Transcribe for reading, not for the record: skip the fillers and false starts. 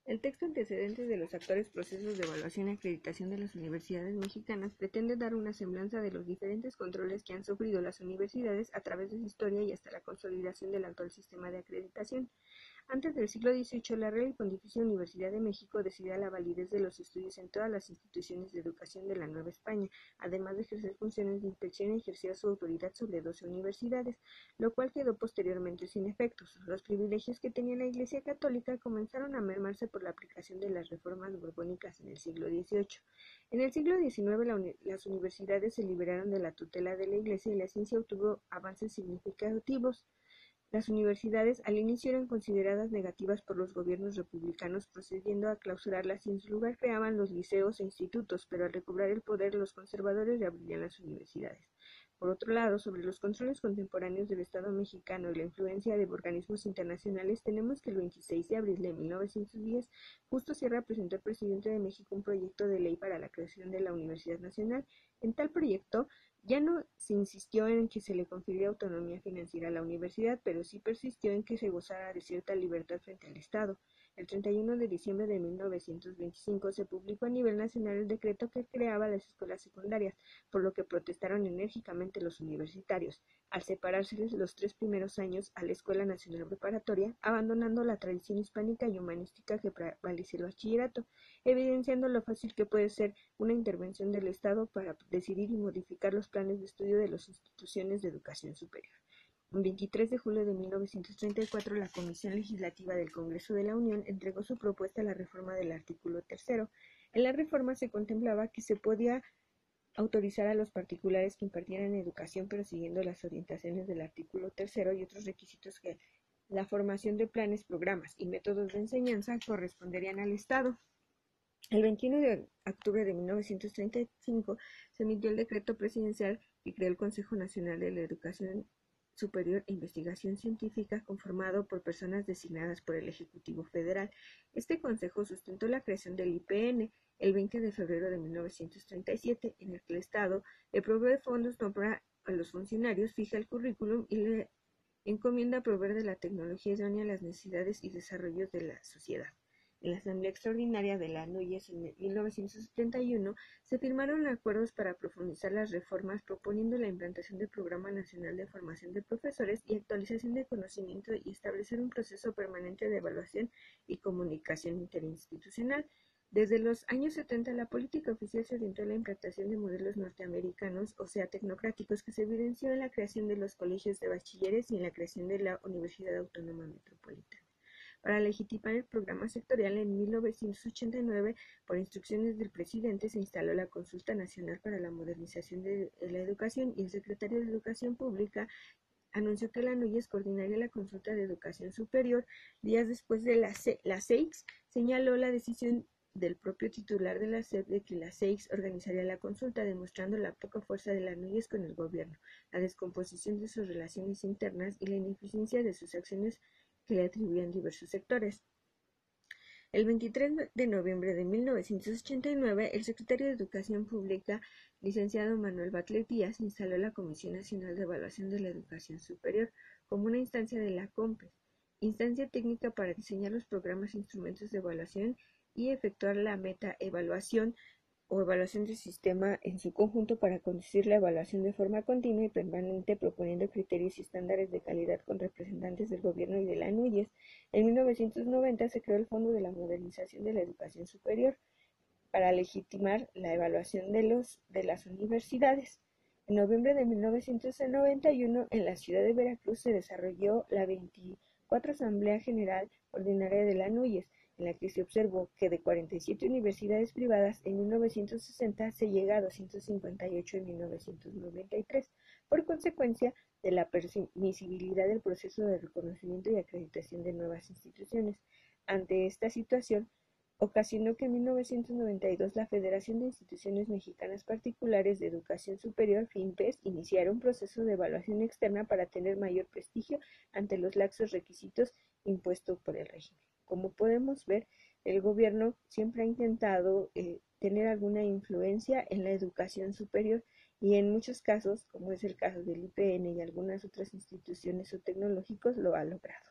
El texto antecedente de los actuales procesos de evaluación y acreditación de las universidades mexicanas pretende dar una semblanza de los diferentes controles que han sufrido las universidades a través de su historia y hasta la consolidación del actual sistema de acreditación. Antes del siglo XVIII, la Real y Pontificia Universidad de México decidía la validez de los estudios en todas las instituciones de educación de la Nueva España, además de ejercer funciones de inspección y ejercía su autoridad sobre 12 universidades, lo cual quedó posteriormente sin efectos. Los privilegios que tenía la Iglesia Católica comenzaron a mermarse por la aplicación de las reformas borbónicas en el siglo XVIII. En el siglo XIX, las universidades se liberaron de la tutela de la Iglesia y la ciencia obtuvo avances significativos. Las universidades al inicio eran consideradas negativas por los gobiernos republicanos, procediendo a clausurarlas y en su lugar creaban los liceos e institutos, pero al recobrar el poder los conservadores reabrirían las universidades. Por otro lado, sobre los controles contemporáneos del Estado mexicano y la influencia de organismos internacionales, tenemos que el 26 de abril de 1910, Justo Sierra presentó al presidente de México un proyecto de ley para la creación de la Universidad Nacional. En tal proyecto, ya no se insistió en que se le confiriera autonomía financiera a la universidad, pero sí persistió en que se gozara de cierta libertad frente al Estado. El 31 de diciembre de 1925 se publicó a nivel nacional el decreto que creaba las escuelas secundarias, por lo que protestaron enérgicamente los universitarios, al separárseles los 3 primeros años a la Escuela Nacional Preparatoria, abandonando la tradición hispánica y humanística que prevalecía el bachillerato, evidenciando lo fácil que puede ser una intervención del Estado para decidir y modificar los planes de estudio de las instituciones de educación superior. El 23 de julio de 1934, la Comisión Legislativa del Congreso de la Unión entregó su propuesta a la reforma del artículo 3. En la reforma se contemplaba que se podía autorizar a los particulares que impartieran educación, pero siguiendo las orientaciones del artículo 3 y otros requisitos que la formación de planes, programas y métodos de enseñanza corresponderían al Estado. El 21 de octubre de 1935 se emitió el decreto presidencial que creó el Consejo Nacional de la Educación Superior e Investigación Científica, conformado por personas designadas por el Ejecutivo Federal. Este consejo sustentó la creación del IPN el 20 de febrero de 1937, en el que el Estado le provee fondos, nombra a los funcionarios, fija el currículum y le encomienda proveer de la tecnología idónea a las necesidades y desarrollos de la sociedad. En la Asamblea Extraordinaria de la NUYES en 1971 se firmaron acuerdos para profundizar las reformas, proponiendo la implantación del Programa Nacional de Formación de Profesores y actualización de conocimiento y establecer un proceso permanente de evaluación y comunicación interinstitucional. Desde los años 70, la política oficial se orientó a la implantación de modelos norteamericanos, o sea, tecnocráticos, que se evidenció en la creación de los colegios de bachilleres y en la creación de la Universidad Autónoma Metropolitana. Para legitimar el programa sectorial, en 1989, por instrucciones del presidente, se instaló la Consulta Nacional para la Modernización de la Educación y el secretario de Educación Pública anunció que la NUYES coordinaría la consulta de educación superior. Días después de la CEIX señaló la decisión del propio titular de la SEP de que la CEIX organizaría la consulta, demostrando la poca fuerza de la NUYES con el gobierno, la descomposición de sus relaciones internas y la ineficiencia de sus acciones que le atribuían diversos sectores. El 23 de noviembre de 1989, el secretario de Educación Pública, licenciado Manuel Bartlett Díaz, instaló la Comisión Nacional de Evaluación de la Educación Superior como una instancia de la COMPES, instancia técnica para diseñar los programas e instrumentos de evaluación y efectuar la meta-evaluación o evaluación del sistema en su conjunto para conducir la evaluación de forma continua y permanente, proponiendo criterios y estándares de calidad con representantes del gobierno y de la NUYES. En 1990 se creó el Fondo de la Modernización de la Educación Superior para legitimar la evaluación de las universidades. En noviembre de 1991, en la ciudad de Veracruz, se desarrolló la 24 Asamblea General Ordinaria de la NUYES, en la que se observó que de 47 universidades privadas en 1960 se llega a 258 en 1993, por consecuencia de la permisibilidad del proceso de reconocimiento y acreditación de nuevas instituciones. Ante esta situación, ocasionó que en 1992 la Federación de Instituciones Mexicanas Particulares de Educación Superior, FINPES, iniciara un proceso de evaluación externa para tener mayor prestigio ante los laxos requisitos impuestos por el régimen. Como podemos ver, el gobierno siempre ha intentado tener alguna influencia en la educación superior y en muchos casos, como es el caso del IPN y algunas otras instituciones o tecnológicos, lo ha logrado.